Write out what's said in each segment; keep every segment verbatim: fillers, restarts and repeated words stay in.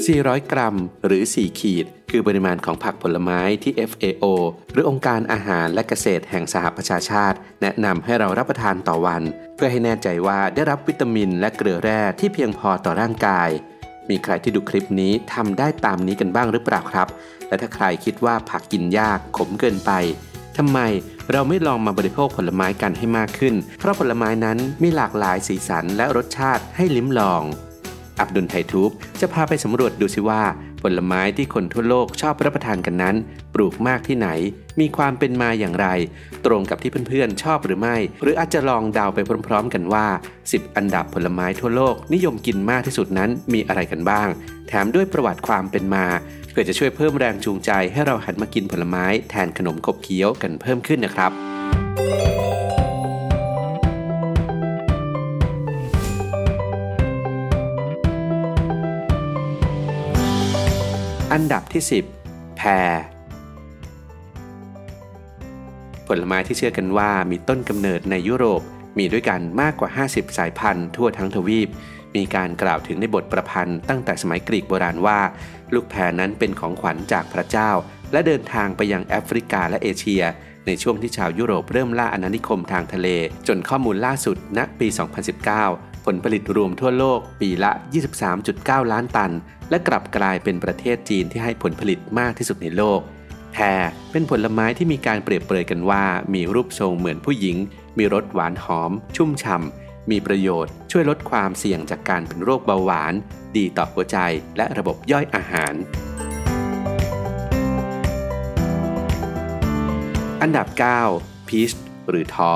สี่ร้อยกรัมหรือสี่ขีดคือปริมาณของผักผลไม้ที่ เอฟ เอ โอ หรือองค์การอาหารและเกษตรแห่งสหประชาชาติแนะนำให้เรารับประทานต่อวันเพื่อให้แน่ใจว่าได้รับวิตามินและเกลือแร่ที่เพียงพอต่อร่างกายมีใครที่ดูคลิปนี้ทำได้ตามนี้กันบ้างหรือเปล่าครับและถ้าใครคิดว่าผักกินยากขมเกินไปทำไมเราไม่ลองมาบริโภคผลไม้กันให้มากขึ้นเพราะผลไม้นั้นมีหลากหลายสีสันและรสชาติให้ลิ้มลองอับดุลไททูบจะพาไปสำรวจดูสิว่าผลไม้ที่คนทั่วโลกชอบรับประทานกันนั้นปลูกมากที่ไหนมีความเป็นมาอย่างไรตรงกับที่เพื่อนๆชอบหรือไม่หรืออาจจะลองเดาไปพร้อมๆกันว่าสิบอันดับผลไม้ทั่วโลกนิยมกินมากที่สุดนั้นมีอะไรกันบ้างแถมด้วยประวัติความเป็นมาเพื่อจะช่วยเพิ่มแรงจูงใจให้เราหันมากินผลไม้แทนขนมขบเคี้ยวกันเพิ่มขึ้นนะครับอันดับที่สิบแพรผลไม้ที่เชื่อกันว่ามีต้นกำเนิดในยุโรปมีด้วยกันมากกว่าห้าสิบสายพันธุ์ทั่วทั้งทวีปมีการกล่าวถึงในบทประพันธ์ตั้งแต่สมัยกรีกโบราณว่าลูกแพรนั้นเป็นของขวัญจากพระเจ้าและเดินทางไปยังแอฟริกาและเอเชียในช่วงที่ชาวยุโรปเริ่มล่าอาณานิคมทางทะเลจนข้อมูลล่าสุดณปี สองพันสิบเก้า ผลผลิตรวมทั่วโลกปีละ ยี่สิบสามจุดเก้า ล้านตันและกลับกลายเป็นประเทศจีนที่ให้ผลผลิตมากที่สุดในโลกแพรเป็นผลไม้ที่มีการเปรียบเปรยกันว่ามีรูปทรงเหมือนผู้หญิงมีรสหวานหอมชุ่มฉ่ำมีประโยชน์ช่วยลดความเสี่ยงจากการเป็นโรคเบาหวานดีต่อหัวใจและระบบย่อยอาหารอันดับเก้าพีชหรือท้อ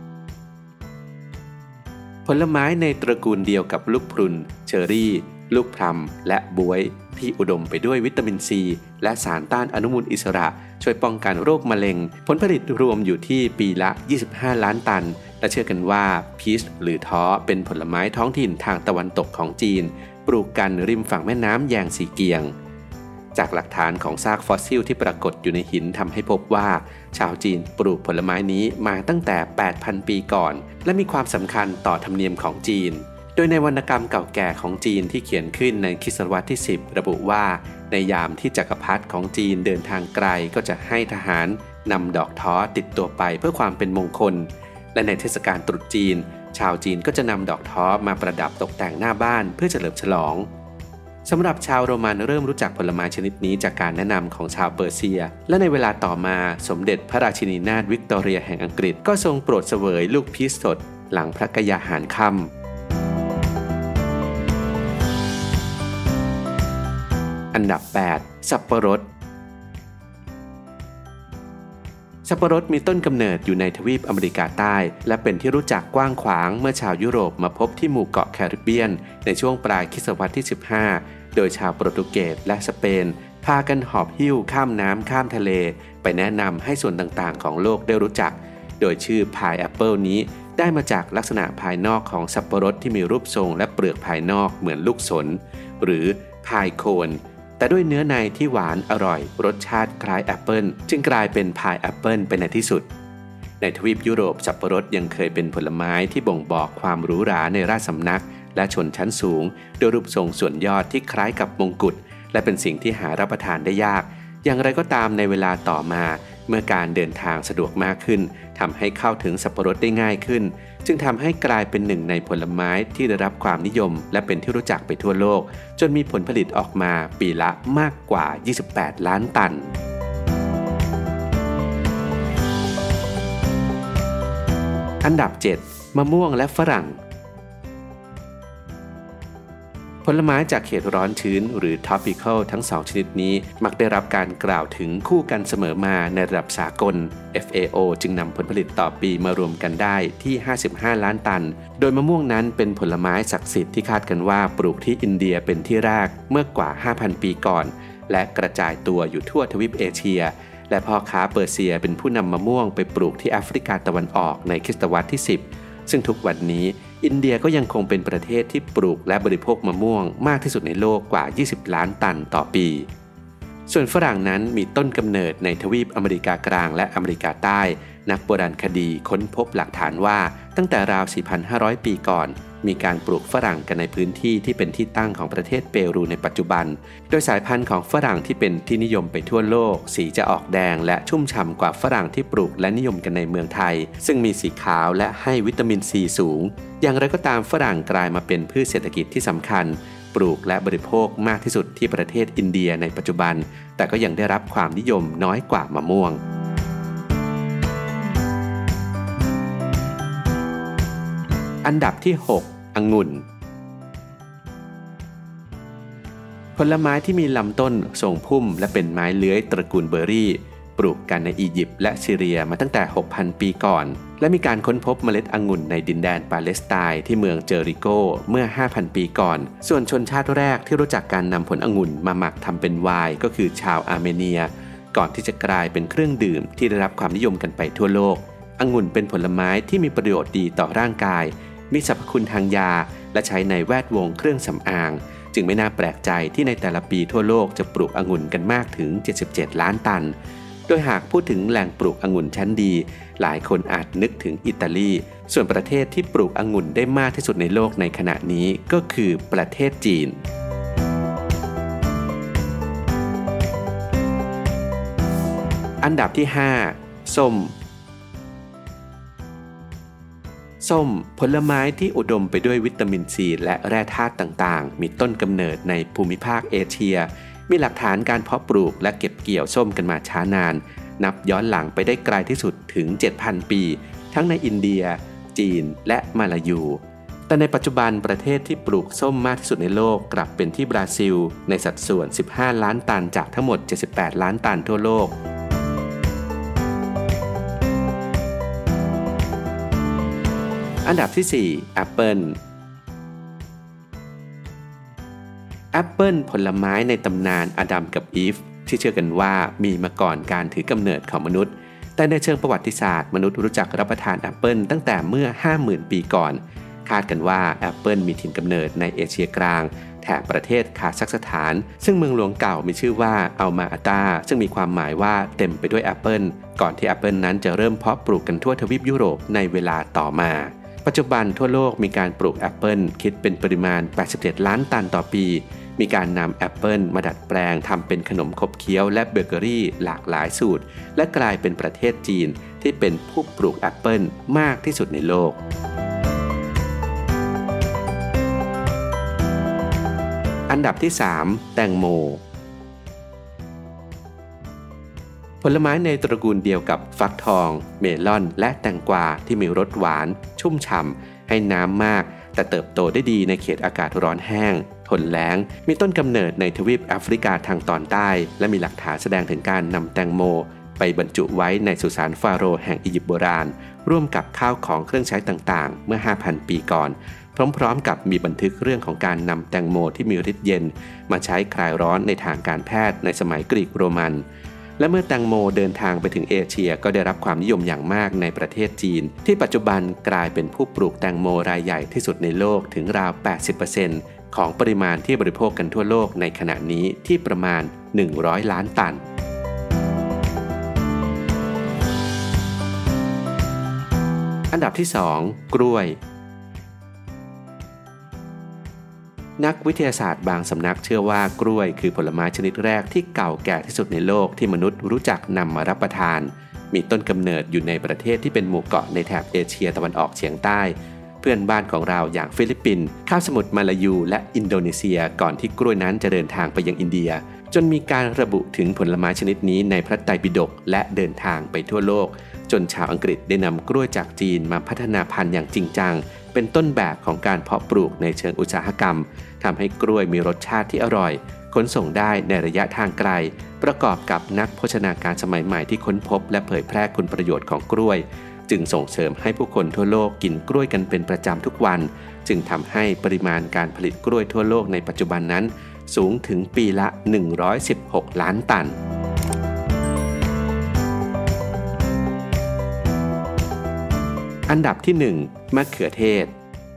ผลไม้ในตระกูลเดียวกับลูกพรุนเชอร์รี่ลูกพลัมและบ๊วยที่อุดมไปด้วยวิตามินซีและสารต้านอนุมูลอิสระช่วยป้องกันโรคมะเร็งผลผลิตรวมอยู่ที่ปีละยี่สิบห้าล้านตันและเชื่อกันว่าพีชหรือท้อเป็นผลไม้ท้องถิ่นทางตะวันตกของจีนปลูกกันริมฝั่งแม่น้ำแยงซีเกียงจากหลักฐานของซากฟอสซิลที่ปรากฏอยู่ในหินทำให้พบว่าชาวจีนปลูกผลไม้นี้มาตั้งแต่ แปดพัน ปีก่อนและมีความสำคัญต่อธรรมเนียมของจีนโดยในวรรณกรรมเก่าแก่ของจีนที่เขียนขึ้นในคริสตศตวรรษที่ สิบระบุว่าในยามที่จักรพรรดิของจีนเดินทางไกลก็จะให้ทหารนำดอกท้อติดตัวไปเพื่อความเป็นมงคลและในเทศกาลตรุษจีนชาวจีนก็จะนำดอกท้อมาประดับตกแต่งหน้าบ้านเพื่อเฉลิมฉลองสำหรับชาวโรมันเริ่มรู้จักผลไม้ชนิดนี้จากการแนะนำของชาวเปอร์เซียและในเวลาต่อมาสมเด็จพระราชินีนาถวิกตอเรียแห่งอังกฤษก็ทรงโปรดเสวยลูกพีชสดหลังพระกยาหารค่ำอันดับแปดสับปะรดสับปะรดมีต้นกำเนิดอยู่ในทวีปอเมริกาใต้และเป็นที่รู้จักกว้างขวางเมื่อชาวยุโรปมาพบที่หมู่เกาะแคริบเบียนในช่วงปลายคริสตศตวรรษที่สิบห้าโดยชาวโปรตุเกสและสเปนพากันหอบหิ้วข้ามน้ำข้ามทะเลไปแนะนำให้ส่วนต่างๆของโลกได้รู้จักโดยชื่อพายแอปเปิลนี้ได้มาจากลักษณะภายนอกของสับปะรดที่มีรูปทรงและเปลือกภายนอกเหมือนลูกสนหรือพายโคนแต่ด้วยเนื้อในที่หวานอร่อยรสชาติคล้ายแอปเปิลจึงกลายเป็นพายแอปเปิลไปในที่สุดในทวีปยุโรปสับปะรดยังเคยเป็นผลไม้ที่บ่งบอกความหรูหราในราชสำนักและชนชั้นสูงโดยรูปทรงส่วนยอดที่คล้ายกับมงกุฎและเป็นสิ่งที่หารับประทานได้ยากอย่างไรก็ตามในเวลาต่อมาเมื่อการเดินทางสะดวกมากขึ้นทำให้เข้าถึงสับปะรดได้ง่ายขึ้นจึงทำให้กลายเป็นหนึ่งในผลไม้ที่ได้รับความนิยมและเป็นที่รู้จักไปทั่วโลกจนมีผลผลิตออกมาปีละมากกว่ายี่สิบแปดล้านตันอันดับเจ็ดมะม่วงและฝรั่งผลไม้จากเขตร้อนชื้นหรือ tropical ทั้งสองชนิดนี้มักได้รับการกล่าวถึงคู่กันเสมอมาในระดับสากล เอฟ เอ โอ จึงนำผลผลิตต่อปีมารวมกันได้ที่ห้าสิบห้าล้านตันโดยมะม่วงนั้นเป็นผลไม้ศักดิ์สิทธิ์ที่คาดกันว่าปลูกที่อินเดียเป็นที่แรกเมื่อกว่า ห้าพัน ปีก่อนและกระจายตัวอยู่ทั่วทวีปเอเชียและพ่อค้าเปอร์เซียเป็นผู้นำมะม่วงไปปลูกที่แอฟริกาตะวันออกในคริสตศตวรรษที่ สิบซึ่งทุกวันนี้อินเดียก็ยังคงเป็นประเทศที่ปลูกและบริโภคมะม่วงมากที่สุดในโลกกว่ายี่สิบล้านตันต่อปีส่วนฝรั่งนั้นมีต้นกำเนิดในทวีปอเมริกากลางและอเมริกาใต้นักโบราณคดีค้นพบหลักฐานว่าตตั้งแต่ราว สี่พันห้าร้อย ปีก่อนมีการปลูกฝรั่งกันในพื้นที่ที่เป็นที่ตั้งของประเทศเปรูในปัจจุบันโดยสายพันธุ์ของฝรั่งที่เป็นที่นิยมไปทั่วโลกสีจะออกแดงและชุ่มฉ่ำกว่าฝรั่งที่ปลูกและนิยมกันในเมืองไทยซึ่งมีสีขาวและให้วิตามินซีสูงอย่างไรก็ตามฝรั่งกลายมาเป็นพืชเศรษฐกิจที่สำคัญปลูกและบริโภคมากที่สุดที่ประเทศอินเดียในปัจจุบันแต่ก็ยังได้รับความนิยมน้อยกว่ามะม่วงอันดับที่หกองุ่นผลไม้ที่มีลำต้นทรงพุ่มและเป็นไม้เลื้อยตระกูลเบอร์รี่ปลูกกันในอียิปต์และซีเรียมาตั้งแต่ หกพัน ปีก่อนและมีการค้นพบเมล็ดองุ่นในดินแดนปาเลสไตน์ที่เมืองเจอริโกเมื่อ ห้าพัน ปีก่อนส่วนชนชาติแรกที่รู้จักการนำผลองุ่นมาหมักทำเป็นไวน์ก็คือชาวอาร์เมเนียก่อนที่จะกลายเป็นเครื่องดื่มที่ได้รับความนิยมกันไปทั่วโลกองุ่นเป็นผลไม้ที่มีประโยชน์ดีต่อร่างกายมีสรรพคุณทางยาและใช้ในแวดวงเครื่องสำอางจึงไม่น่าแปลกใจที่ในแต่ละปีทั่วโลกจะปลูกองุ่นกันมากถึงเจ็ดสิบเจ็ดล้านตันโดยหากพูดถึงแหล่งปลูกองุ่นชั้นดีหลายคนอาจนึกถึงอิตาลีส่วนประเทศที่ปลูกองุ่นได้มากที่สุดในโลกในขณะนี้ก็คือประเทศจีนอันดับที่ห้าส้มส้มผลไม้ที่อุดมไปด้วยวิตามินซีและแร่ธาตุต่างๆมีต้นกำเนิดในภูมิภาคเอเชียมีหลักฐานการเพาะปลูกและเก็บเกี่ยวส้มกันมาช้านานนับย้อนหลังไปได้ไกลที่สุดถึง เจ็ดพัน ปีทั้งในอินเดียจีนและมาลายูแต่ในปัจจุบันประเทศที่ปลูกส้มมากที่สุดในโลกกลับเป็นที่บราซิลในสัดส่วนสิบห้าล้านตันจากทั้งหมดเจ็ดสิบแปดล้านตันทั่วโลกอันดับที่สี่แอปเปิลแอปเปิลผลไม้ในตำนานอดัมกับอีฟที่เชื่อกันว่ามีมาก่อนการถือกำเนิดของมนุษย์แต่ในเชิงประวัติศาสตร์มนุษย์รู้จักรับประทานแอปเปิลตั้งแต่เมื่อ ห้าหมื่น ปีก่อนคาดกันว่าแอปเปิลมีถิ่นกำเนิดในเอเชียกลางแถบประเทศคาซัคสถานซึ่งเมืองหลวงเก่ามีชื่อว่าอัลมาอาตาซึ่งมีความหมายว่าเต็มไปด้วยแอปเปิลก่อนที่แอปเปิลนั้นจะเริ่มเพาะปลูกกันทั่วทวีปยุโรปในเวลาต่อมาปัจจุบันทั่วโลกมีการปลูกแอปเปิลคิดเป็นปริมาณแปดสิบเจ็ดล้านตันต่อปีมีการนำแอปเปิลมาดัดแปลงทำเป็นขนมขบเคี้ยวและเบเกอรี่หลากหลายสูตรและกลายเป็นประเทศจีนที่เป็นผู้ปลูกแอปเปิลมากที่สุดในโลกอันดับที่สามแตงโมผลไม้ในตระกูลเดียวกับฟักทองเมลอนและแตงกวาที่มีรสหวานชุ่มฉ่ำให้น้ำมากแต่เติบโตได้ดีในเขตอากาศร้อนแห้งทนแล้งมีต้นกำเนิดในทวีปแอฟริกาทางตอนใต้และมีหลักฐานแสดงถึงการนำแตงโมไปบรรจุไว้ในสุสานฟาโรห์แห่งอียิปต์โบราณร่วมกับข้าวของเครื่องใช้ต่างๆเมื่อ ห้าพัน ปีก่อนพร้อมๆกับมีบันทึกเรื่องของการนำแตงโมที่มีฤทธิ์เย็นมาใช้คลายร้อนในทางการแพทย์ในสมัยกรีกโรมันและเมื่อแตงโมเดินทางไปถึงเอเชียก็ได้รับความนิยมอย่างมากในประเทศจีนที่ปัจจุบันกลายเป็นผู้ปลูกแตงโมรายใหญ่ที่สุดในโลกถึงราว แปดสิบเปอร์เซ็นต์ ของปริมาณที่บริโภคกันทั่วโลกในขณะนี้ที่ประมาณหนึ่งร้อยล้านตันอันดับที่สองกล้วยนักวิทยาศาสตร์บางสำนักเชื่อว่ากล้วยคือผลไม้ชนิดแรกที่เก่าแก่ที่สุดในโลกที่มนุษย์รู้จักนำมารับประทานมีต้นกำเนิดอยู่ในประเทศที่เป็นหมู่เกาะในแถบเอเชียตะวันออกเฉียงใต้เพื่อนบ้านของเราอย่างฟิลิปปินส์คาบสมุทรมาลายูและอินโดนีเซียก่อนที่กล้วยนั้นจะเดินทางไปยังอินเดียจนมีการระบุถึงผลไม้ชนิดนี้ในพระไตรปิฎกและเดินทางไปทั่วโลกจนชาวอังกฤษได้นำกล้วยจากจีนมาพัฒนาพันธุ์อย่างจริงจังเป็นต้นแบบของการเพาะปลูกในเชิงอุตสาหกรรมทำให้กล้วยมีรสชาติที่อร่อยขนส่งได้ในระยะทางไกลประกอบกับนักโภชนาการสมัยใหม่ที่ค้นพบและเผยแพร่คุณประโยชน์ของกล้วยจึงส่งเสริมให้ผู้คนทั่วโลกกินกล้วยกันเป็นประจำทุกวันจึงทำให้ปริมาณการผลิตกล้วยทั่วโลกในปัจจุบันนั้นสูงถึงปีละหนึ่งร้อยสิบหกล้านตันอันดับที่หนึ่งมะเขือเทศ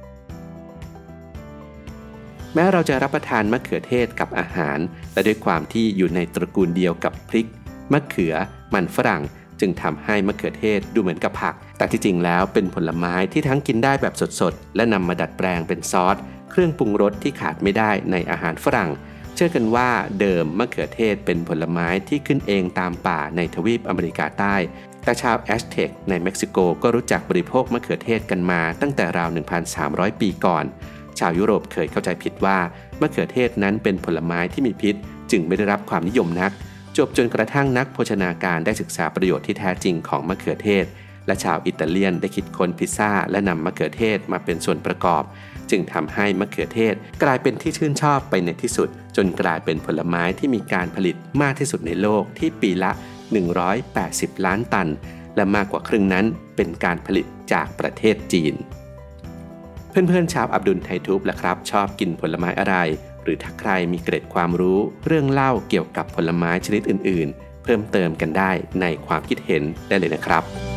แม้เราจะรับประทานมะเขือเทศกับอาหารและด้วยความที่อยู่ในตระกูลเดียวกับพริกมะเขือมันฝรั่งจึงทำให้มะเขือเทศดูเหมือนกับผักแต่ที่จริงแล้วเป็นผลไม้ที่ทั้งกินได้แบบสดๆและนำมาดัดแปลงเป็นซอสเครื่องปรุงรสที่ขาดไม่ได้ในอาหารฝรั่งเชื่อกันว่าเดิมมะเขือเทศเป็นผลไม้ที่ขึ้นเองตามป่าในทวีปอเมริกาใต้แต่ชาวแอสเท็กในเม็กซิโกก็รู้จักบริโภคมะเขือเทศกันมาตั้งแต่ราว หนึ่งพันสามร้อย ปีก่อนชาวยุโรปเคยเข้าใจผิดว่ามะเขือเทศนั้นเป็นผลไม้ที่มีพิษจึงไม่ได้รับความนิยมนักจบจนกระทั่งนักโภชนาการได้ศึกษาประโยชน์ที่แท้จริงของมะเขือเทศและชาวอิตาเลียนได้คิดค้นพิซซ่าและนำมะเขือเทศมาเป็นส่วนประกอบจึงทำให้มะเขือเทศกลายเป็นที่ชื่นชอบไปในที่สุดจนกลายเป็นผลไม้ที่มีการผลิตมากที่สุดในโลกที่ปีละหนึ่งร้อยแปดสิบล้านตันและมากกว่าครึ่งนั้นเป็นการผลิตจากประเทศจีนเพื่อนๆชาวอับดุลไททูบล่ะครับชอบกินผลไม้อะไรหรือถ้าใครมีเกร็ดความรู้เรื่องเล่าเกี่ยวกับผลไม้ชนิดอื่นๆเพิ่มเติมกันได้ในความคิดเห็นได้เลยนะครับ